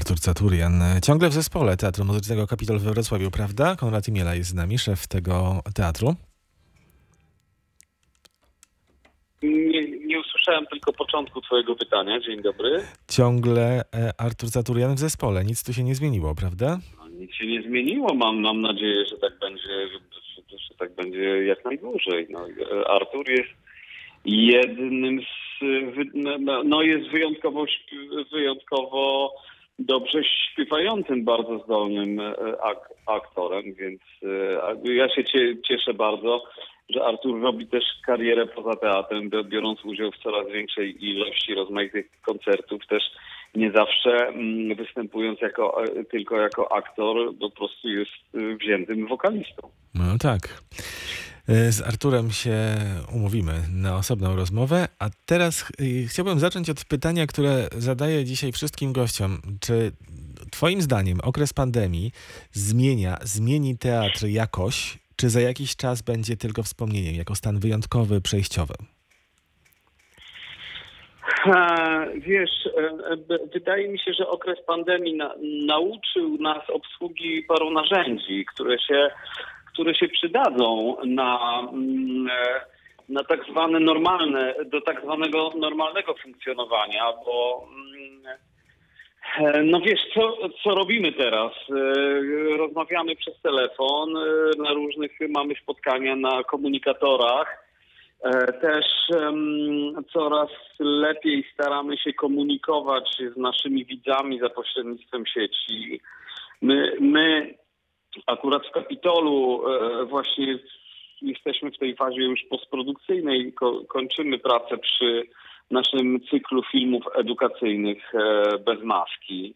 Artur Caturian. Ciągle w zespole Teatru Muzycznego Kapitol we Wrocławiu, prawda? Konrad Imiela jest z nami, szef tego teatru. Nie usłyszałem tylko początku twojego pytania. Dzień dobry. Ciągle Artur Caturian w zespole. Nic tu się nie zmieniło, prawda? No, nic się nie zmieniło. Mam nadzieję, że tak będzie, że tak będzie jak najdłużej. No, Artur jest jednym z... jest wyjątkowo dobrze śpiewającym, bardzo zdolnym aktorem, więc ja się cieszę bardzo, że Artur robi też karierę poza teatrem, biorąc udział w coraz większej ilości rozmaitych koncertów, też nie zawsze występując tylko jako aktor, po prostu jest wziętym wokalistą. No tak. Z Arturem się umówimy na osobną rozmowę, a teraz chciałbym zacząć od pytania, które zadaję dzisiaj wszystkim gościom. Czy twoim zdaniem okres pandemii zmieni teatr jakoś, czy za jakiś czas będzie tylko wspomnieniem, jako stan wyjątkowy, przejściowy? Wiesz, wydaje mi się, że okres pandemii nauczył nas obsługi paru narzędzi, które się przydadzą na tak zwane do tak zwanego normalnego funkcjonowania, bo no wiesz, co robimy teraz? Rozmawiamy przez telefon, mamy spotkania na komunikatorach. Też coraz lepiej staramy się komunikować z naszymi widzami za pośrednictwem sieci. My akurat w Kapitolu właśnie jesteśmy w tej fazie już postprodukcyjnej. Kończymy pracę przy naszym cyklu filmów edukacyjnych bez maski,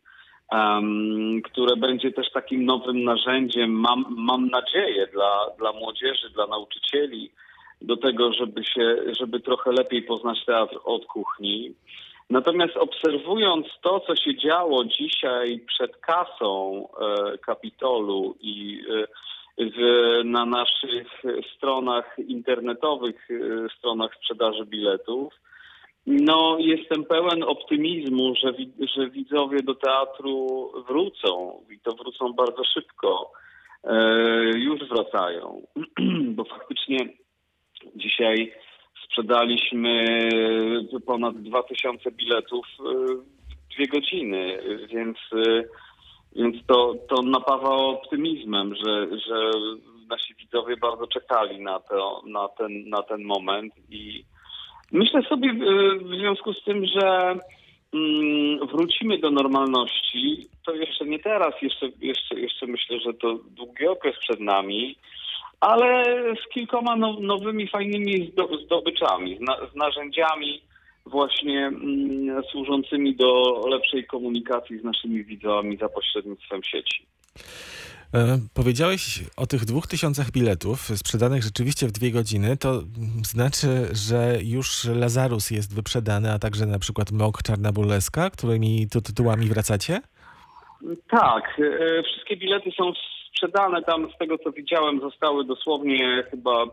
które będzie też takim nowym narzędziem, mam nadzieję, dla młodzieży, dla nauczycieli, do tego, żeby trochę lepiej poznać teatr od kuchni. Natomiast obserwując to, co się działo dzisiaj przed kasą Kapitolu i na naszych stronach internetowych, stronach sprzedaży biletów, no jestem pełen optymizmu, że widzowie do teatru wrócą i to wrócą bardzo szybko. Już wracają, bo faktycznie dzisiaj sprzedaliśmy ponad 2000 biletów w 2 godziny, więc to napawa optymizmem, że nasi widzowie bardzo czekali na ten moment i myślę sobie w związku z tym, że wrócimy do normalności. To jeszcze nie teraz, jeszcze myślę, że to długi okres przed nami, ale z kilkoma nowymi, fajnymi zdobyczami, z narzędziami właśnie służącymi do lepszej komunikacji z naszymi widzami za pośrednictwem sieci. Powiedziałeś o tych 2000 biletów sprzedanych rzeczywiście w 2 godziny. To znaczy, że już Lazarus jest wyprzedany, a także na przykład Mok, Czarna Burleska, którymi tytułami wracacie? Tak, wszystkie bilety są sprzedane. Tam z tego, co widziałem, zostały dosłownie chyba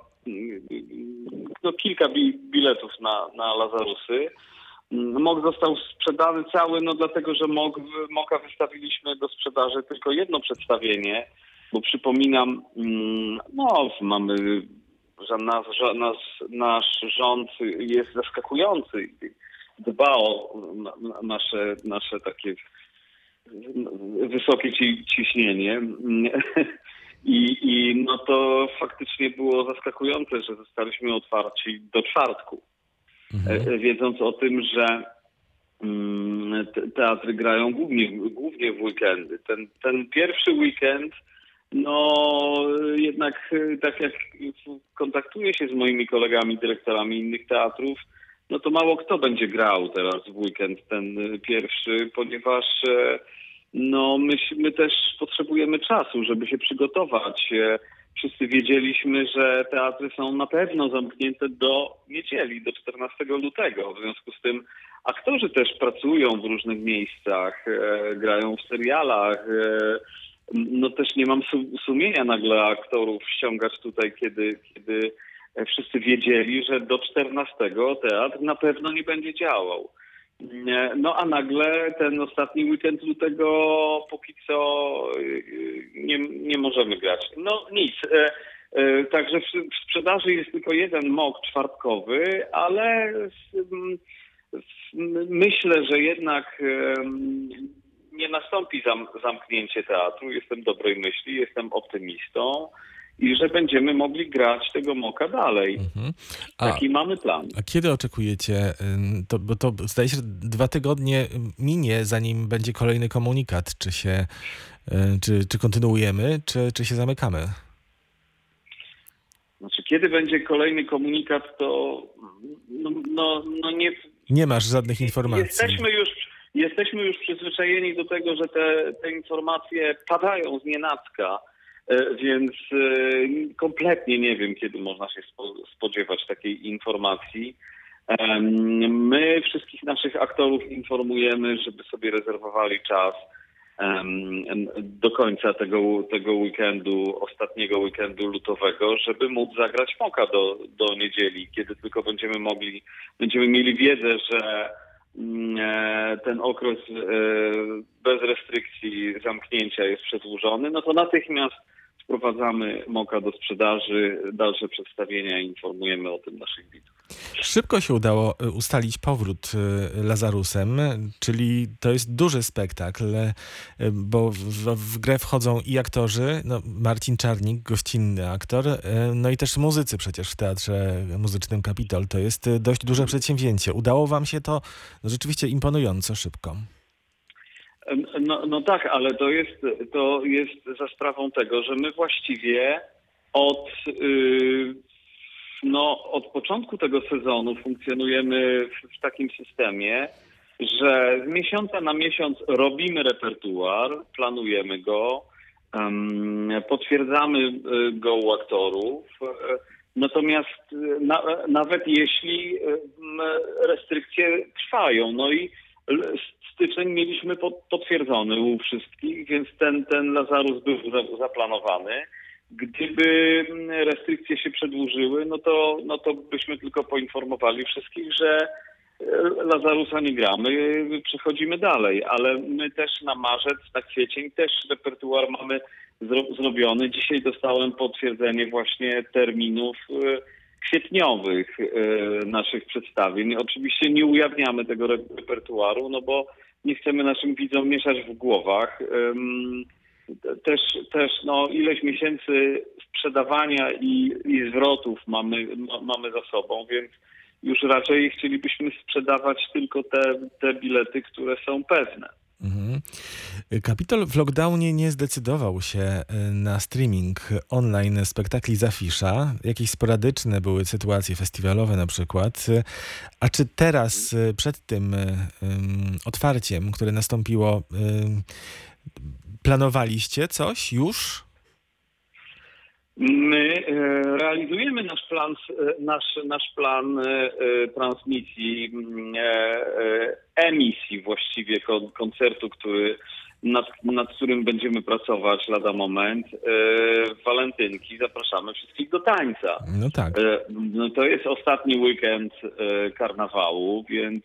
kilka biletów na Lazarusy. Mok został sprzedany cały, dlatego, że Moka wystawiliśmy do sprzedaży tylko jedno przedstawienie, bo przypominam, mamy, że nasz rząd jest zaskakujący, dba o nasze takie wysokie ciśnienie. I to faktycznie było zaskakujące, że zostaliśmy otwarci do czwartku. Wiedząc o tym, że teatry grają głównie w weekendy. Ten pierwszy weekend, jednak tak jak kontaktuję się z moimi kolegami, dyrektorami innych teatrów, to mało kto będzie grał teraz w weekend ten pierwszy, ponieważ my też potrzebujemy czasu, żeby się przygotować. Wszyscy wiedzieliśmy, że teatry są na pewno zamknięte do niedzieli, do 14 lutego. W związku z tym aktorzy też pracują w różnych miejscach, grają w serialach. Też nie mam sumienia nagle aktorów ściągać tutaj, kiedy wszyscy wiedzieli, że do 14 teatr na pewno nie będzie działał. No a nagle ten ostatni weekend lutego póki co nie możemy grać. No nic. Także w sprzedaży jest tylko jeden mock czwartkowy, ale myślę, że jednak nie nastąpi zamknięcie teatru. Jestem dobrej myśli, jestem optymistą i że będziemy mogli grać tego mocka dalej. Mhm. Taki mamy plan. A kiedy oczekujecie, bo to zdaje się, że 2 tygodnie minie, zanim będzie kolejny komunikat, czy kontynuujemy, czy się zamykamy? Znaczy, kiedy będzie kolejny komunikat, to nie. Nie masz żadnych informacji. Jesteśmy już przyzwyczajeni do tego, że te informacje padają znienacka, więc kompletnie nie wiem, kiedy można się spodziewać takiej informacji. My wszystkich naszych aktorów informujemy, żeby sobie rezerwowali czas do końca tego weekendu, ostatniego weekendu lutowego, żeby móc zagrać mocka do niedzieli, kiedy tylko będziemy mieli wiedzę, że ten okres bez restrykcji zamknięcia jest przedłużony, no to natychmiast wprowadzamy mocka do sprzedaży, dalsze przedstawienia i informujemy o tym naszych widzów. Szybko się udało ustalić powrót Lazarusem, czyli to jest duży spektakl, bo w grę wchodzą i aktorzy, no Marcin Czarnik, gościnny aktor, no i też muzycy przecież w Teatrze Muzycznym Kapitol. To jest dość duże przedsięwzięcie. Udało wam się to rzeczywiście imponująco szybko. No tak, ale to jest za sprawą tego, że my właściwie od początku tego sezonu funkcjonujemy w takim systemie, że z miesiąca na miesiąc robimy repertuar, planujemy go, potwierdzamy go u aktorów, natomiast nawet jeśli restrykcje trwają, no i styczeń mieliśmy potwierdzony u wszystkich, więc ten Lazarus był zaplanowany. Gdyby restrykcje się przedłużyły, no to byśmy tylko poinformowali wszystkich, że Lazarusa nie gramy, przechodzimy dalej, ale my też na marzec, na kwiecień też repertuar mamy zrobiony. Dzisiaj dostałem potwierdzenie właśnie terminów kwietniowych naszych przedstawień. Oczywiście nie ujawniamy tego repertuaru, no bo nie chcemy naszym widzom mieszać w głowach. Też ileś miesięcy sprzedawania i zwrotów mamy za sobą, więc już raczej chcielibyśmy sprzedawać tylko te bilety, które są pewne. Mhm. Kapitol w lockdownie nie zdecydował się na streaming online spektakli z Afisza. Jakieś sporadyczne były sytuacje festiwalowe na przykład. A czy teraz, przed tym otwarciem, które nastąpiło, planowaliście coś już? My realizujemy nasz plan transmisji, emisji właściwie koncertu, nad którym będziemy pracować lada moment. W walentynki zapraszamy wszystkich do tańca. No tak. No to jest ostatni weekend karnawału, więc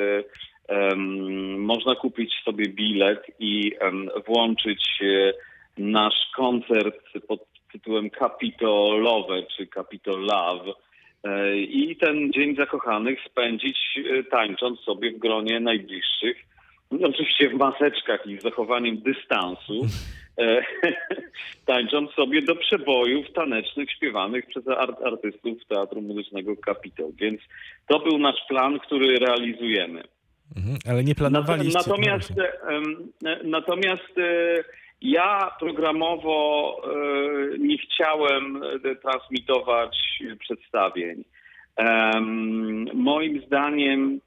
można kupić sobie bilet i włączyć nasz koncert pod tytułem Kapitolowe czy Capitol Love i ten Dzień Zakochanych spędzić tańcząc sobie w gronie najbliższych, oczywiście w maseczkach i z zachowaniem dystansu, tańcząc sobie do przebojów tanecznych śpiewanych przez artystów Teatru Muzycznego Kapitol. Więc to był nasz plan, który realizujemy. Ale nie planowaliście. Natomiast ja programowo nie chciałem transmitować przedstawień. Moim zdaniem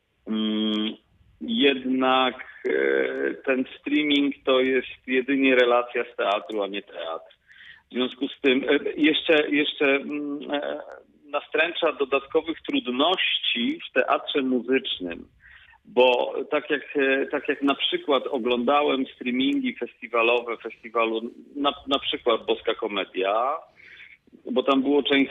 jednak ten streaming to jest jedynie relacja z teatru, a nie teatr. W związku z tym jeszcze nastręcza dodatkowych trudności w teatrze muzycznym. Bo tak jak na przykład oglądałem streamingi festiwalu, na przykład Boska Komedia, bo tam było część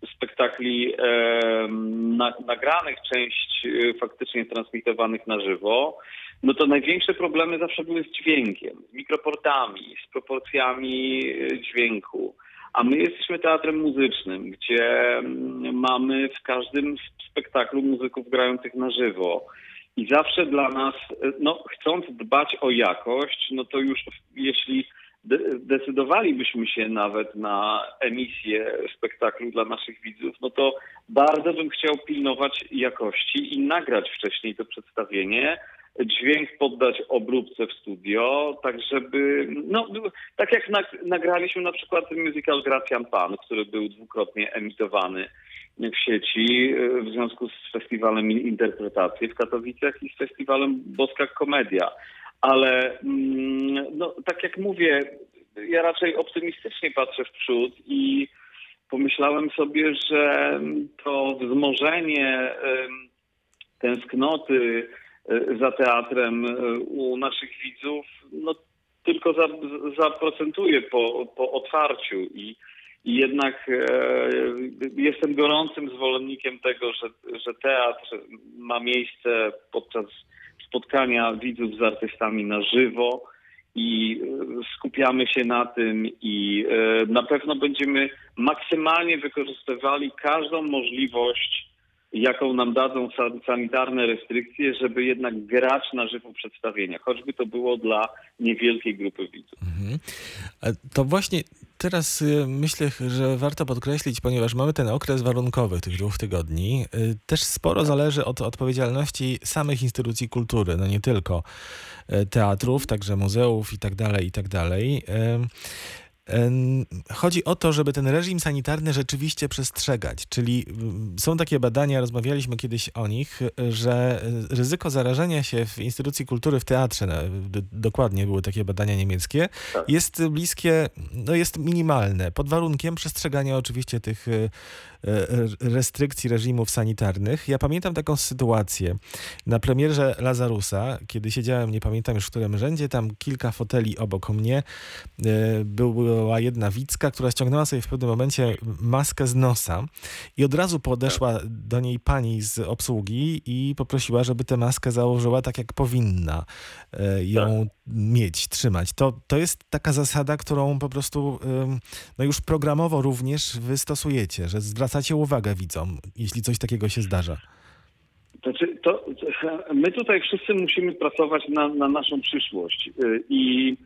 spektakli nagranych, część faktycznie transmitowanych na żywo, no to największe problemy zawsze były z dźwiękiem, z mikroportami, z proporcjami dźwięku. A my jesteśmy teatrem muzycznym, gdzie mamy w każdym spektaklu muzyków grających na żywo. I zawsze dla nas, no chcąc dbać o jakość, no to już jeśli decydowalibyśmy się nawet na emisję spektaklu dla naszych widzów, no to bardzo bym chciał pilnować jakości i nagrać wcześniej to przedstawienie, dźwięk poddać obróbce w studio, tak żeby, no tak jak nagraliśmy na przykład musical Gracjan Pan, który był dwukrotnie emitowany w sieci w związku z festiwalem interpretacji w Katowicach i z festiwalem Boska Komedia. Ale no, tak jak mówię, ja raczej optymistycznie patrzę w przód i pomyślałem sobie, że to wzmożenie tęsknoty za teatrem u naszych widzów no, tylko zaprocentuje po otwarciu i jednak jestem gorącym zwolennikiem tego, że teatr ma miejsce podczas spotkania widzów z artystami na żywo i skupiamy się na tym i na pewno będziemy maksymalnie wykorzystywali każdą możliwość, jaką nam dadzą sanitarne restrykcje, żeby jednak grać na żywo przedstawienia, choćby to było dla niewielkiej grupy widzów. Mhm. To właśnie teraz myślę, że warto podkreślić, ponieważ mamy ten okres warunkowy tych 2 tygodni, też sporo zależy od odpowiedzialności samych instytucji kultury, no nie tylko teatrów, także muzeów i tak dalej, i tak dalej. Chodzi o to, żeby ten reżim sanitarny rzeczywiście przestrzegać, czyli są takie badania, rozmawialiśmy kiedyś o nich, że ryzyko zarażenia się w instytucji kultury, w teatrze, dokładnie były takie badania niemieckie, jest bliskie, no jest minimalne, pod warunkiem przestrzegania oczywiście tych restrykcji reżimów sanitarnych. Ja pamiętam taką sytuację na premierze Lazarusa, kiedy siedziałem, nie pamiętam już w którym rzędzie, tam kilka foteli obok mnie, była jedna widzka, która ściągnęła sobie w pewnym momencie maskę z nosa i od razu podeszła do niej pani z obsługi i poprosiła, żeby tę maskę założyła tak, jak powinna ją mieć, trzymać. To jest taka zasada, którą po prostu no już programowo również wy stosujecie, że zwracacie uwagę widzom, jeśli coś takiego się zdarza. My tutaj wszyscy musimy pracować na naszą przyszłość i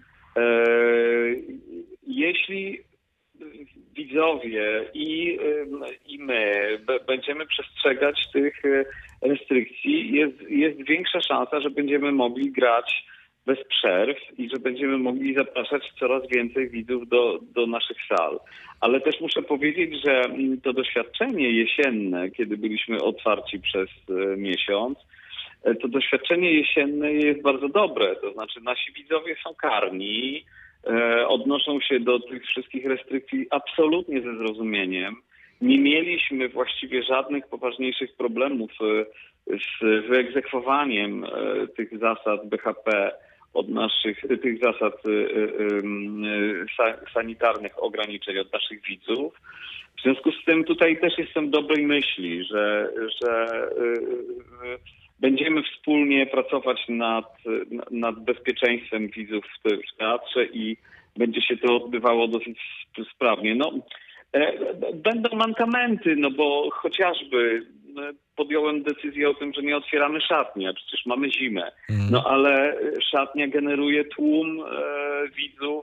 jeśli widzowie i my będziemy przestrzegać tych restrykcji, jest większa szansa, że będziemy mogli grać bez przerw i że będziemy mogli zapraszać coraz więcej widzów do naszych sal. Ale też muszę powiedzieć, że to doświadczenie jesienne, kiedy byliśmy otwarci przez miesiąc, to doświadczenie jesienne jest bardzo dobre. To znaczy nasi widzowie są karni, odnoszą się do tych wszystkich restrykcji absolutnie ze zrozumieniem. Nie mieliśmy właściwie żadnych poważniejszych problemów z wyegzekwowaniem tych zasad BHP tych zasad sanitarnych ograniczeń od naszych widzów. W związku z tym tutaj też jestem dobrej myśli, że będziemy wspólnie pracować nad bezpieczeństwem widzów w teatrze i będzie się to odbywało dosyć sprawnie. No, będą mankamenty, no bo chociażby podjąłem decyzję o tym, że nie otwieramy szatni, a przecież mamy zimę. No ale szatnia generuje tłum widzów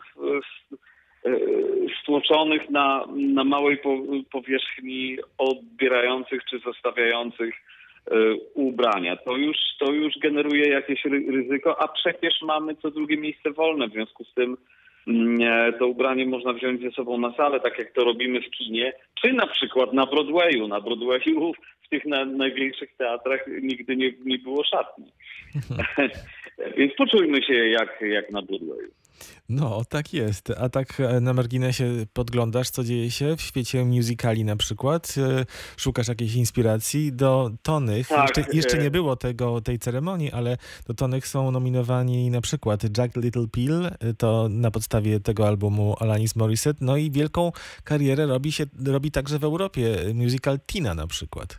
stłoczonych na małej powierzchni odbierających czy zostawiających ubrania. To już generuje jakieś ryzyko, a przecież mamy co drugie miejsce wolne, w związku z tym to ubranie można wziąć ze sobą na salę, tak jak to robimy w kinie, czy na przykład na Broadwayu. Na Broadwayu w tych największych teatrach nigdy nie było szatni. Więc poczujmy się jak na Broadwayu. No, tak jest. A tak na marginesie podglądasz, co dzieje się w świecie musicali na przykład? Szukasz jakiejś inspiracji? Do Tonych, Tak, jeszcze nie było tej ceremonii, ale do Tonych są nominowani na przykład Jack Little Pill, to na podstawie tego albumu Alanis Morissette, no i wielką karierę robi także w Europie musical Tina na przykład.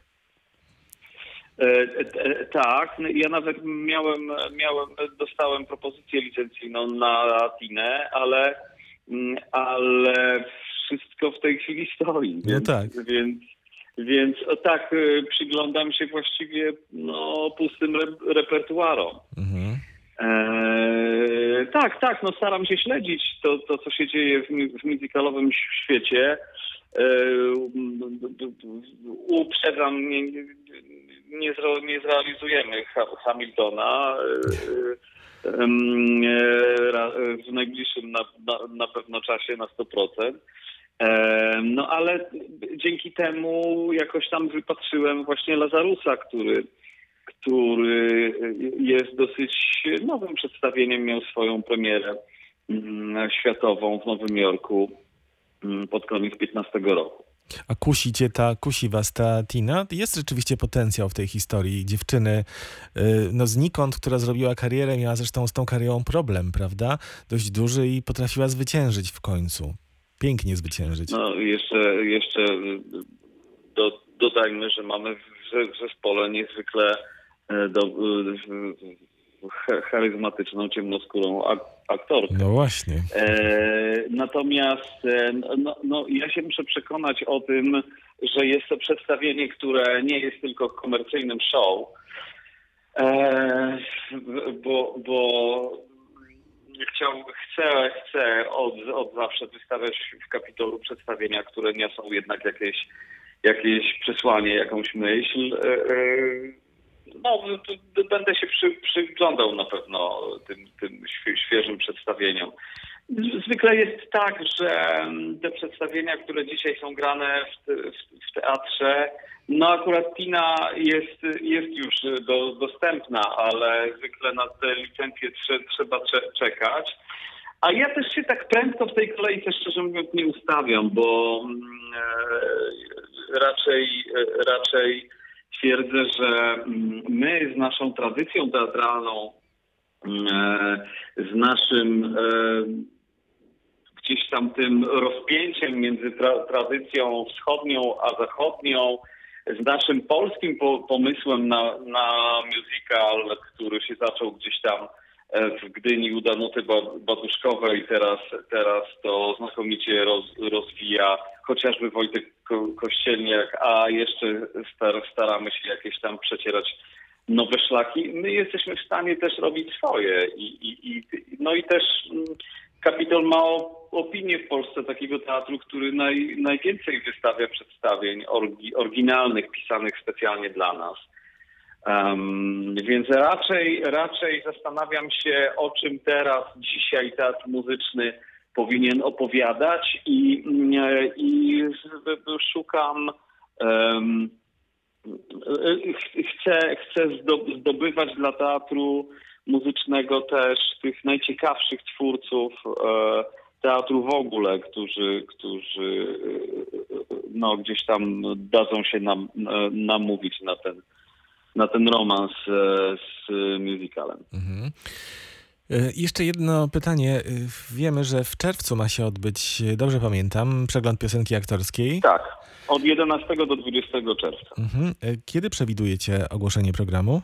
tak. No, ja nawet dostałem propozycję licencyjną na Latinę, ale wszystko w tej chwili stoi, No tak. więc tak, przyglądam się właściwie pustym repertuarom. Mhm. Tak, no staram się śledzić to co się dzieje w musicalowym świecie. Uprzedzam, nie zrealizujemy Hamiltona w najbliższym na pewno czasie na 100%. No ale dzięki temu jakoś tam wypatrzyłem właśnie Lazarusa, który jest dosyć nowym przedstawieniem, miał swoją premierę światową w Nowym Jorku pod koniec 15 roku. A kusi was ta Tina? Jest rzeczywiście potencjał w tej historii dziewczyny, no znikąd, która zrobiła karierę, miała zresztą z tą karierą problem, prawda? Dość duży i potrafiła zwyciężyć w końcu. Pięknie zwyciężyć. No jeszcze dodajmy, że mamy w zespole niezwykle charyzmatyczną, ciemnoskórą aktorkę. No właśnie. Natomiast ja się muszę przekonać o tym, że jest to przedstawienie, które nie jest tylko komercyjnym show, bo chcę od zawsze wystawiać w Kapitolu przedstawienia, które niosą jednak jakieś przesłanie, jakąś myśl. Będę się przyglądał na pewno tym świeżym przedstawieniom. Zwykle jest tak, że te przedstawienia, które dzisiaj są grane w teatrze, no akurat Tina jest już dostępna, ale zwykle na te licencje trzeba czekać. A ja też się tak prędko w tej kolejce, szczerze mówiąc, nie ustawiam, bo raczej twierdzę, że my z naszą tradycją teatralną, z naszym gdzieś tam tym rozpięciem między tradycją wschodnią a zachodnią, z naszym polskim pomysłem na musical, który się zaczął gdzieś tam w Gdyni u Danuty Baduszkowej, teraz to znakomicie rozwija chociażby Wojtek Kościelniak, a jeszcze staramy się jakieś tam przecierać nowe szlaki. My jesteśmy w stanie też robić swoje i też Kapitol ma opinię w Polsce takiego teatru, który najwięcej wystawia przedstawień oryginalnych, pisanych specjalnie dla nas. Więc raczej zastanawiam się, o czym teraz dzisiaj teatr muzyczny powinien opowiadać i szukam, chcę zdobywać dla teatru muzycznego też tych najciekawszych twórców teatru w ogóle, którzy gdzieś tam dadzą się namówić na ten romans z musicalem. Mhm. Jeszcze jedno pytanie. Wiemy, że w czerwcu ma się odbyć, dobrze pamiętam, przegląd piosenki aktorskiej. Tak, od 11 do 20 czerwca. Mhm. Kiedy przewidujecie ogłoszenie programu?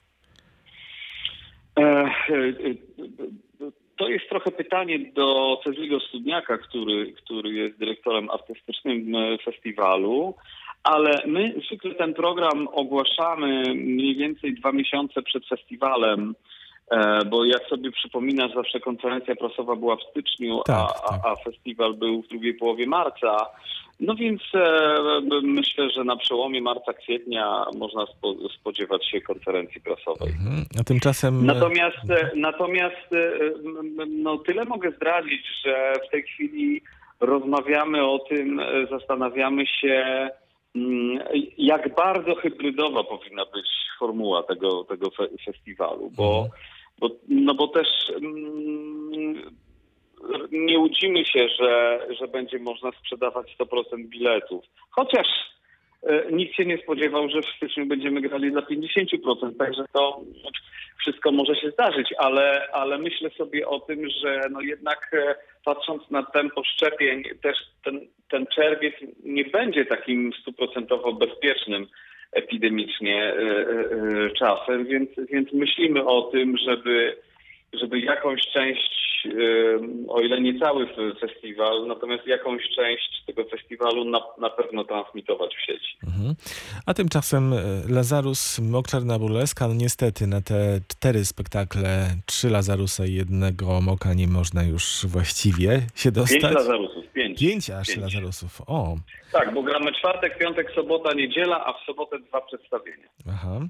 To jest trochę pytanie do Cezliego Studniaka, który jest dyrektorem artystycznym festiwalu, ale my zwykle ten program ogłaszamy mniej więcej 2 miesiące przed festiwalem, bo jak sobie przypominasz, zawsze konferencja prasowa była w styczniu, Tak. a festiwal był w drugiej połowie marca. No więc myślę, że na przełomie marca-kwietnia można spodziewać się konferencji prasowej. Mhm. A tymczasem... Natomiast tyle mogę zdradzić, że w tej chwili rozmawiamy o tym, zastanawiamy się, jak bardzo hybrydowa powinna być formuła tego festiwalu, bo też nie łudzimy się, że będzie można sprzedawać 100% biletów. Chociaż nikt się nie spodziewał, że w styczniu będziemy grali dla 50%, także to wszystko może się zdarzyć, ale myślę sobie o tym, że no jednak patrząc na tempo szczepień, też ten czerwiec nie będzie takim 100% bezpiecznym epidemicznie czasem, więc myślimy o tym, żeby jakąś część, o ile nie cały festiwal, natomiast jakąś część tego festiwalu na pewno transmitować w sieci. Mhm. A tymczasem Lazarus, Moczarna Burleska, no niestety na te 4 spektakle, 3 Lazarusy i 1 Moka nie można już właściwie się dostać. 5 Lazarusów, 5. 5 aż Lazarusów, o. Tak, bo gramy czwartek, piątek, sobota, niedziela, a w sobotę 2 przedstawienia. Aha.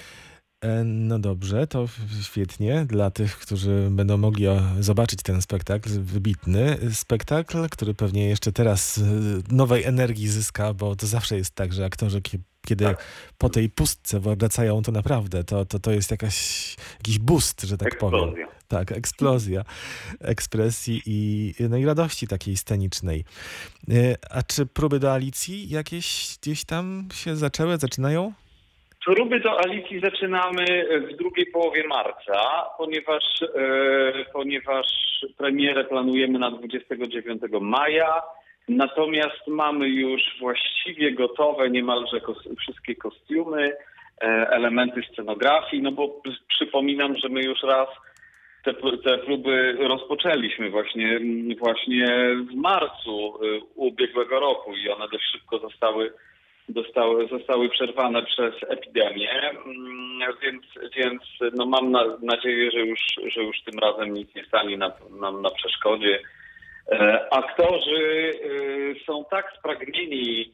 No dobrze, to świetnie dla tych, którzy będą mogli zobaczyć ten spektakl, wybitny spektakl, który pewnie jeszcze teraz nowej energii zyska, bo to zawsze jest tak, że aktorzy kiedy po tej pustce wracają, to naprawdę to jest jakiś boost, że tak Eksplozja. powiem. Tak, eksplozja ekspresji i radości takiej scenicznej. A czy próby do Alicji jakieś gdzieś tam się zaczynają? Próby do Alicji zaczynamy w drugiej połowie marca, ponieważ premierę planujemy na 29 maja, natomiast mamy już właściwie gotowe niemalże wszystkie kostiumy, elementy scenografii, no bo przypominam, że my już raz te próby rozpoczęliśmy właśnie w marcu ubiegłego roku i one dość szybko zostały przerwane przez epidemię, więc no mam nadzieję, że już tym razem nic nie stanie nam na przeszkodzie. Aktorzy są tak spragnieni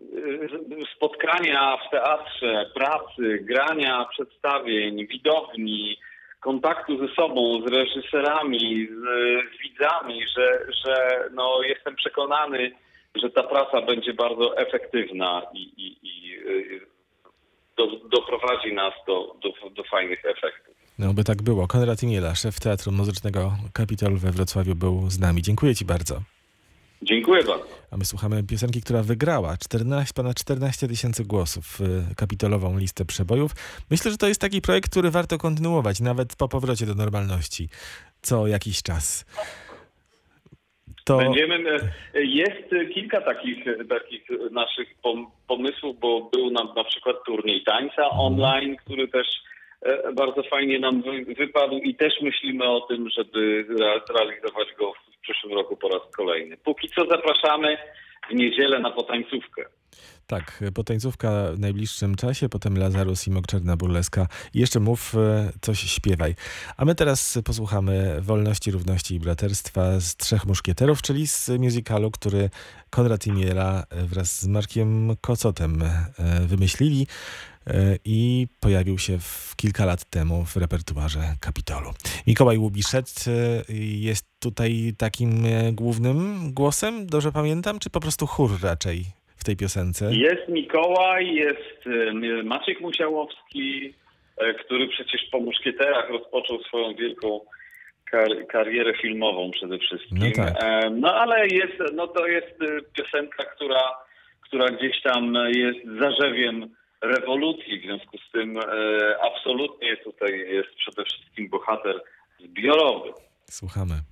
spotkania w teatrze, pracy, grania przedstawień, widowni, kontaktu ze sobą, z reżyserami, z widzami, że no jestem przekonany, że ta praca będzie bardzo efektywna i doprowadzi nas do fajnych efektów. No by tak było. Konrad Imiela, szef Teatru Muzycznego Kapitol we Wrocławiu, był z nami. Dziękuję Ci bardzo. Dziękuję bardzo. A my słuchamy piosenki, która wygrała ponad 14 000 głosów, kapitolową listę przebojów. Myślę, że to jest taki projekt, który warto kontynuować, nawet po powrocie do normalności, co jakiś czas. Jest kilka takich naszych pomysłów, bo był nam na przykład turniej tańca online, który też bardzo fajnie nam wypadł i też myślimy o tym, żeby realizować go w przyszłym roku po raz kolejny. Póki co zapraszamy w niedzielę na potańcówkę. Tak, potańcówka w najbliższym czasie, potem Lazarus i Moczarna Burleska. I jeszcze mów, coś śpiewaj. A my teraz posłuchamy Wolności, Równości i Braterstwa z Trzech Muszkieterów, czyli z musicalu, który Konrad Imiela wraz z Markiem Kocotem wymyślili i pojawił się kilka lat temu w repertuarze Kapitolu. Mikołaj Łubiszec jest tutaj takim głównym głosem, dobrze pamiętam, czy po prostu chór raczej w tej piosence? Jest Mikołaj, jest Maciek Musiałowski, który przecież po Muszkieterach rozpoczął swoją wielką karierę filmową przede wszystkim. No tak. No ale to jest piosenka, która gdzieś tam jest zarzewiem rewolucji, w związku z tym absolutnie tutaj jest przede wszystkim bohater zbiorowy. Słuchamy.